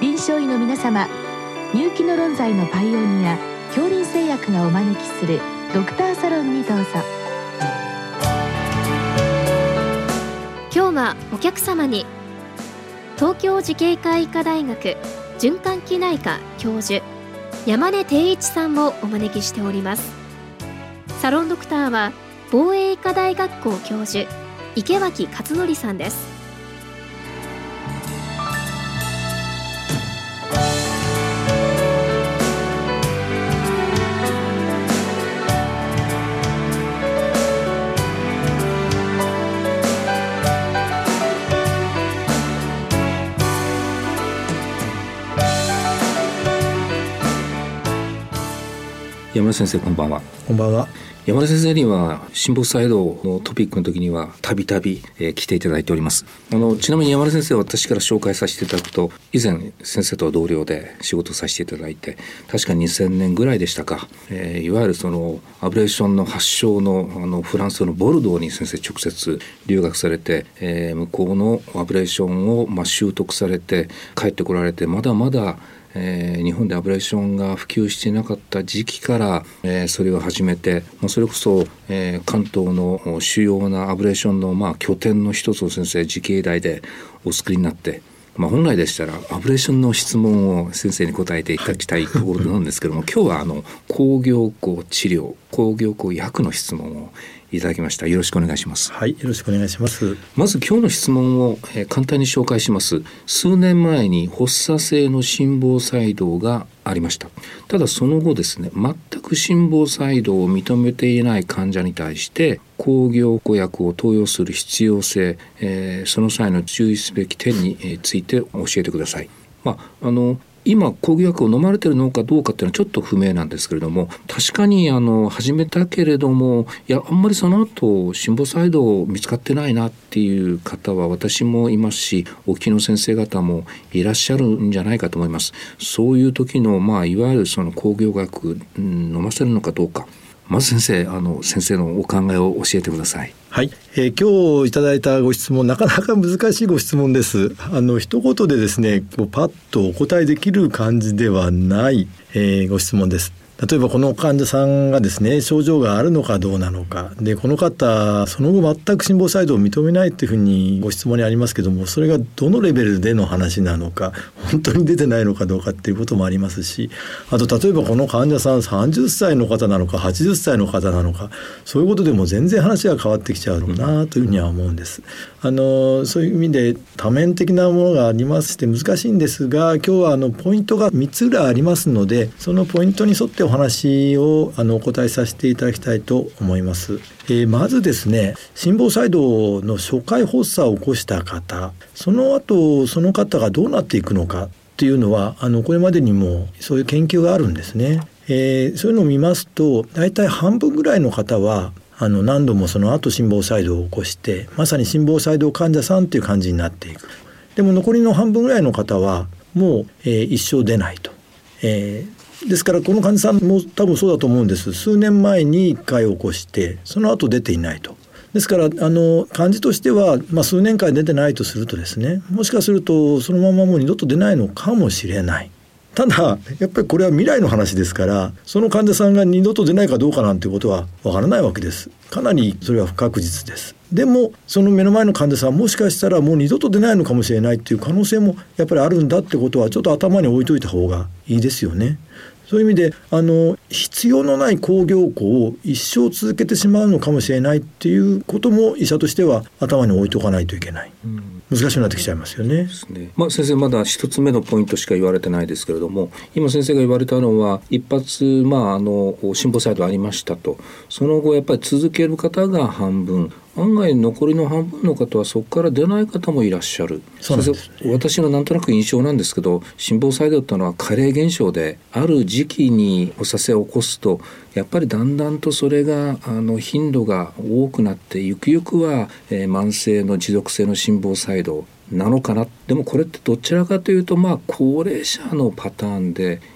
臨床医の皆様、入気の論剤のパイオニア杏林製薬がお招きするドクターサロンにどうぞ。 今日はお客様に東京慈恵会医科大学循環器内科教授山根定一さんをお招きしております。サロンドクターは防衛医科大学校教授池脇勝則さんです。 山根先生、こんばんは。 こんばんは。 山根先生には心房細動のトピックの時にはたびたび来ていただいております。ちなみに山根先生は私から紹介させていただくと、以前先生とは同僚で仕事させていただいて、確か2000年ぐらいでしたか、いわゆるそのアブレーションの発祥のフランスのボルドーに先生直接留学されて、向こうのアブレーションを習得されて帰ってこられて、まだまだ日本でアブレーションが普及していなかった時期から、それを始めて、それこそ、関東の主要なアブレーションの拠点の一つを先生慈恵大でお作りになって、本来でしたらアブレーションの質問を先生に答えていただきたいところなんですけども、今日は抗凝固治療、抗凝固薬の質問をいただきました。よろしくお願いします。 はい、よろしくお願いします。 まず今日の質問を、簡単に紹介します。数年前に発作性の心房細動がありました。ただその後ですね、全く心房細動を認めていない患者に対して抗凝固薬を投与する必要性、その際の注意すべき点について教えてください。今抗凝薬を飲まれているのかどうかっていうのはちょっと不明なんですけれども、確かに始めたけれども、あんまりその後心房細動見つかってないなっていう方は私もいますし、お聞きの先生方もいらっしゃるんじゃないかと思います。そういう時のいわゆるその抗凝薬飲ませるのかどうか、まず先生のお考えを教えてください。 はい、今日いただいたご質問、なかなか難しいご質問です。一言でですね、パッとお答えできる感じではない、ご質問です。例えばこの患者さんがですね、症状があるのかどうなのかで、この方その後全く心房細動を認めないというふうにご質問にありますけども、それがどのレベルでの話なのか、本当に出てないのかどうかっていうこともありますし、あと例えばこの患者さん30歳の方なのか80歳の方なのか、そういうことでも全然話が変わってきちゃうのかなというふうには思うんです。そういう意味で多面的なものがありまして難しいんですが、今日はポイントが3つぐらいありますので、そのポイントに沿ってお話をお答えさせていただきたいと思います。まずですね、心房細動の初回発作を起こした方、その後その方がどうなっていくのかっていうのはこれまでにもそういう研究があるんですね。そういうのを見ますと、だいたい半分ぐらいの方は何度もその後心房細動を起こして、まさに心房細動患者さんという感じになっていく。でも残りの半分ぐらいの方はもう、一生出ないと。ですからこの患者さんも多分そうだと思うんです。数年前に1回起こしてその後出ていないと。ですから感じとしては、数年間出てないとするとですね、もしかするとそのままもう二度と出ないのかもしれない。ただやっぱりこれは未来の話ですから、その患者さんが二度と出ないかどうかなんてことはわからないわけです。かなりそれは不確実です。でもその目の前の患者さんもしかしたらもう二度と出ないのかもしれないっていう可能性もやっぱりあるんだってことはちょっと頭に置いといた方がいいですよね。そういう意味で必要のない抗凝固を一生続けてしまうのかもしれないっていうことも医者としては頭に置いておかないといけない。難しくなってきちゃいますよね。 先生まだ一つ目のポイントしか言われてないですけれども、今先生が言われたのは一発心房細動ありましたと、その後やっぱり続ける方が半分、案外残りの半分の方はそこから出ない方もいらっしゃる。私のなんとなく印象なんですけど、心房細動というのは加齢現象で、ある時期に発作性を起こすとやっぱりだんだんとそれが頻度が多くなって、ゆくゆくは、慢性の持続性の心房細動なのかな。でもこれってどちらかというと高齢者のパターンで、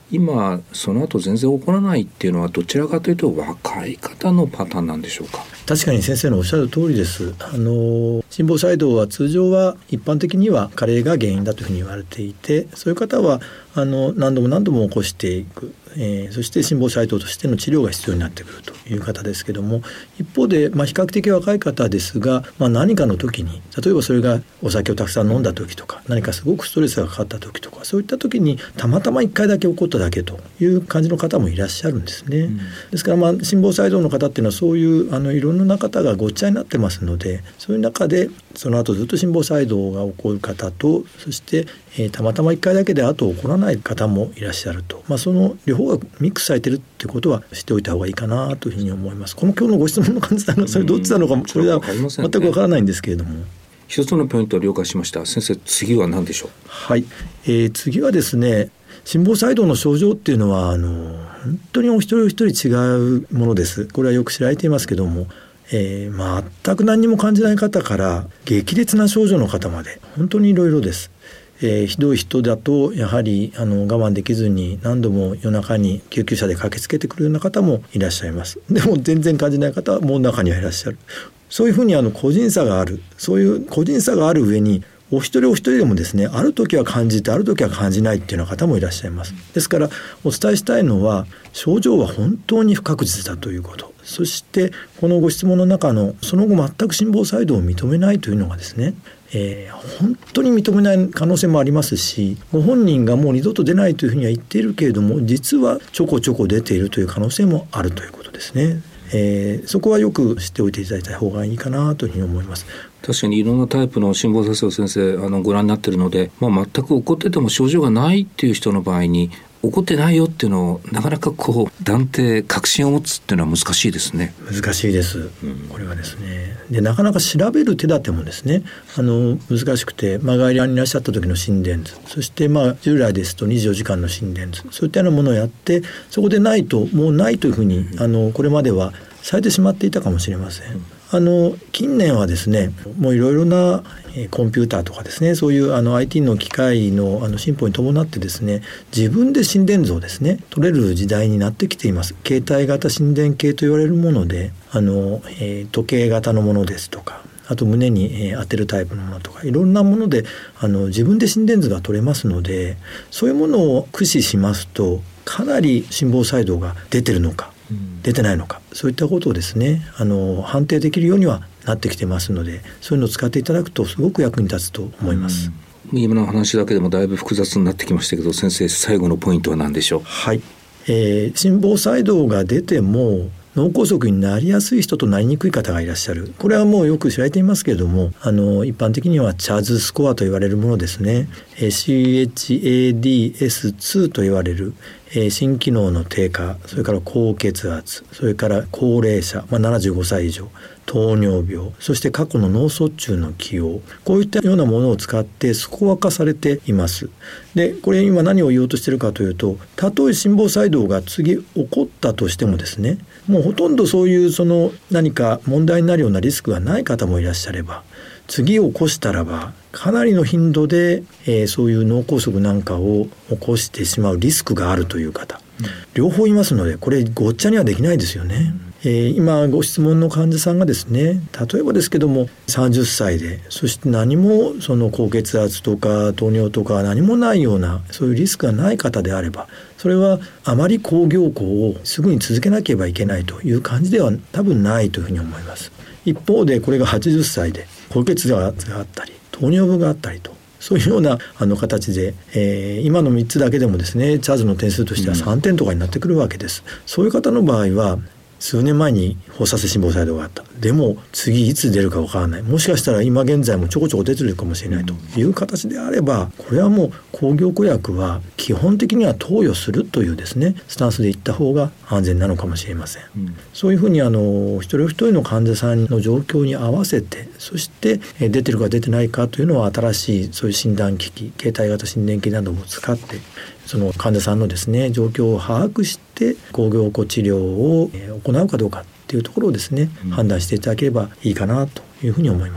今その後全然起こらないっていうのはどちらかというと若い方のパターンなんでしょうか。 確かに先生のおっしゃる通りです。心房細動は通常は一般的には加齢が原因だというふうに言われていて、そういう方は何度も起こしていく、そして心房細動としての治療が必要になってくるという方ですけども、一方で、比較的若い方ですが、何かの時に、例えばそれがお酒をたくさん飲んだ時とか、何かすごくストレスがかかった時とか、そういった時にたまたま1回だけ起こっただけという感じの方もいらっしゃるんですね。ですから、心房細動の方っていうのはそういういろんな方がごっちゃになってますので、そういう中でその後ずっと心房細動が起こる方と、そして、たまたま1回だけで後起こらない方もいらっしゃると、その両方がミックスされているってことは知っておいた方がいいかなというふうに思います。この今日のご質問の感じがそれどっちなのかもこれは全くわからないんですけれども、 一つのポイントを了解しました。先生、次は何でしょう。 はい、次はですね、心房細動の症状っていうのは本当にお一人お一人違うものです。これはよく知られていますけども、全く何にも感じない方から激烈な症状の方まで本当にいろいろです。ひどい人だとやはり我慢できずに何度も夜中に救急車で駆けつけてくるような方もいらっしゃいます。でも全然感じない方も中にはいらっしゃる。そういうふうに個人差がある、そういう個人差がある上にお一人お一人でもですね、ある時は感じてある時は感じないっていうような方もいらっしゃいます。ですからお伝えしたいのは、症状は本当に不確実だということ、そしてこのご質問の中のその後全く心房細動を認めないというのがですね、本当に認めない可能性もありますし、ご本人がもう二度と出ないというふうには言っているけれども、実はちょこちょこ出ているという可能性もあるということですね。そこはよく知っておいていただいた方がいいかなというふうに思います。 確かにいろんなタイプの心房細動を先生ご覧になっているので、全く起こってても症状がないっていう人の場合に、起こってないよっていうのをなかなか断定確信を持つっていうのは難しいですね。 難しいです、これはですね。でなかなか調べる手立てもですね難しくて、外来にいらっしゃった時の心電図、そして従来ですと24時間の心電図、そういったようなものをやって、そこでないともうないというふうにこれまではされてしまっていたかもしれません。近年はですね、もういろいろなコンピューターとかですね、そういう IT の機械の進歩に伴ってですね、自分で心電図をですね取れる時代になってきています。携帯型心電計と言われるもので、時計型のものですとか、あと胸に当てるタイプのものとか、いろんなもので自分で心電図が取れますので、そういうものを駆使しますと、かなり心房細動が出てるのか出てないのか、そういったことをですね判定できるようにはなってきてますので、そういうのを使っていただくとすごく役に立つと思います。 今の話だけでもだいぶ複雑になってきましたけど、先生、最後のポイントは何でしょう。 はい、心房細動が出ても脳梗塞になりやすい人となりにくい方がいらっしゃる。これはもうよく知られていますけれども、一般的にはチャズスコアと言われるものですね。CHADS2 と言われる心機能の低下、それから高血圧、それから高齢者、75歳以上、糖尿病、そして過去の脳卒中の起用、こういったようなものを使ってスコア化されています。でこれ今何を言おうとしているかというと、たとえ心房細動が次起こったとしてもですね、もうほとんどそういう何か問題になるようなリスクがない方もいらっしゃれば、次起こしたらばかなりの頻度で、そういう脳梗塞なんかを起こしてしまうリスクがあるという方、両方いますので、これごっちゃにはできないですよね。今ご質問の患者さんがですね、例えばですけども30歳で、そして何も高血圧とか糖尿とか何もないような、そういうリスクがない方であれば、それはあまり抗凝固をすぐに続けなければいけないという感じでは多分ないというふうに思います。一方でこれが80歳で高血圧があったり糖尿病があったりと、そういうような形で、今の3つだけでもですね、チャーズの点数としては3点とかになってくるわけです。そういう方の場合は、数年前に放射性心房細動があった、でも次いつ出るかわからない、もしかしたら今現在もちょこちょこ出てるかもしれないという形であれば、これはもう抗凝固薬は基本的には投与するというですねスタンスでいった方が安全なのかもしれません。そういうふうに一人一人の患者さんの状況に合わせて、そして出てるか出てないかというのは新しいそういう診断機器、携帯型心電計なども使ってその患者さんのですね状況を把握して抗凝固治療を行うかどうかっていうところをですね、判断していただければいいかなというふうに思います。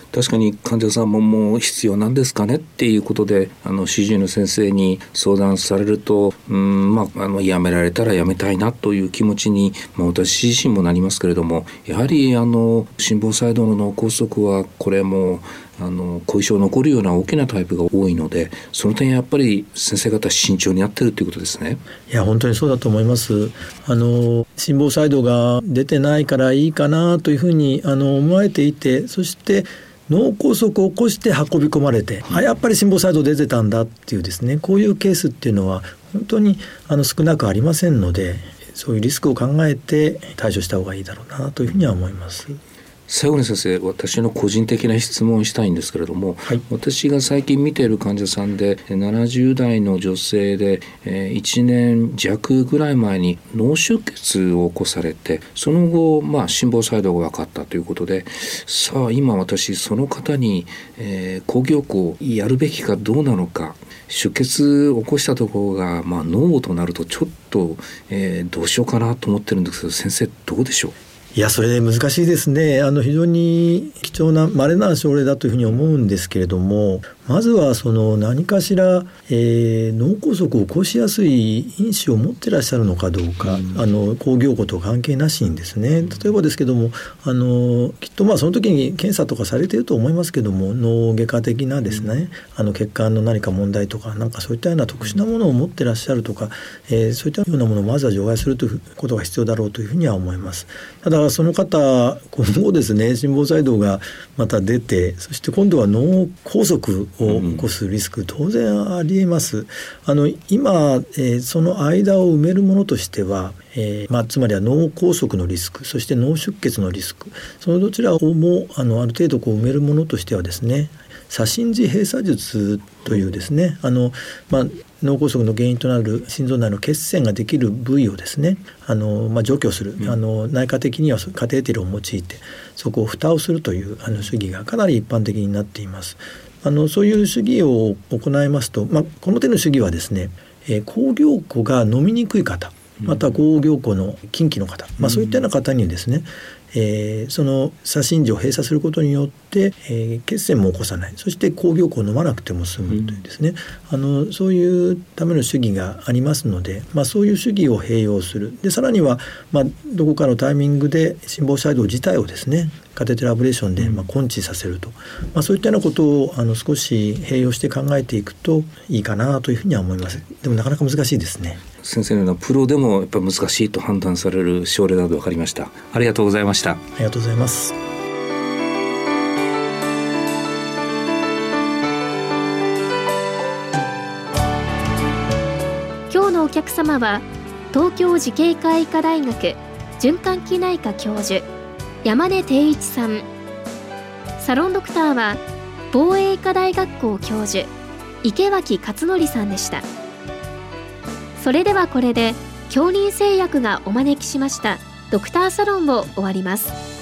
確かに患者さんももう必要なんですかねっていうことで主治医の先生に相談されるとやめられたらやめたいなという気持ちに、私自身もなりますけれども、やはり心房細動の脳梗塞はこれも後遺症残るような大きなタイプが多いので、その点やっぱり先生方慎重にやってるということですね。 いや本当にそうだと思います。心房細動が出てないからいいかなというふうに思われていて、そして脳梗塞を起こして運び込まれて、やっぱり心房細動出てたんだっていうですね、こういうケースっていうのは本当に少なくありませんので、そういうリスクを考えて対処した方がいいだろうなというふうには思います。 最後に先生、私の個人的な質問をしたいんですけれども、私が最近見ている患者さんで70代の女性で1年弱ぐらい前に脳出血を起こされて、その後心房細動が分かったということで、さあ今私その方に抗凝固をやるべきかどうなのか、出血を起こしたところが脳となるとちょっとどうしようかなと思ってるんですけど、先生どうでしょう？ いやそれ難しいですね。非常に貴重な稀な症例だというふうに思うんですけれども、まずは何かしら、脳梗塞を起こしやすい因子を持ってらっしゃるのかどうか、抗凝固と関係なしにですね、例えばですけどもきっとその時に検査とかされていると思いますけども、脳外科的なですね、血管の何か問題とかそういったような特殊なものを持ってらっしゃるとか、そういったようなものをまずは除外するということが必要だろうというふうには思います。ただその方今後ですね、心房細動がまた出て、そして今度は脳梗塞を起こすリスク、当然ありえます。今、その間を埋めるものとしては、つまりは脳梗塞のリスク、そして脳出血のリスク、そのどちらをもある程度埋めるものとしてはですね、左心耳閉鎖術というですね、脳梗塞の原因となる心臓内の血栓ができる部位をですね、除去する、内科的にはカテーテルを用いてそこを蓋をするという手技がかなり一般的になっています。そういう手技を行いますと、この手の手技はですね、抗凝固が飲みにくい方、また抗凝固の禁忌の方、そういったような方にですね、その左心耳を閉鎖することによって、血栓も起こさない、そして抗凝固を飲まなくても済むというですね、そういうための手技がありますので、そういう手技を併用する。でさらには、どこかのタイミングで心房細動自体をですね、カテーテルアブレーションで根治させると、そういったようなことを少し併用して考えていくといいかなというふうには思います。でもなかなか難しいですね。 先生のようなプロでもやっぱ難しいと判断される症例など分かりました。ありがとうございました。 ありがとうございます。 今日のお客様は東京慈恵会医科大学循環器内科教授山根貞一さん、サロンドクターは防衛医科大学校教授池脇勝則さんでした。それではこれで京林製薬がお招きしましたドクターサロンを終わります。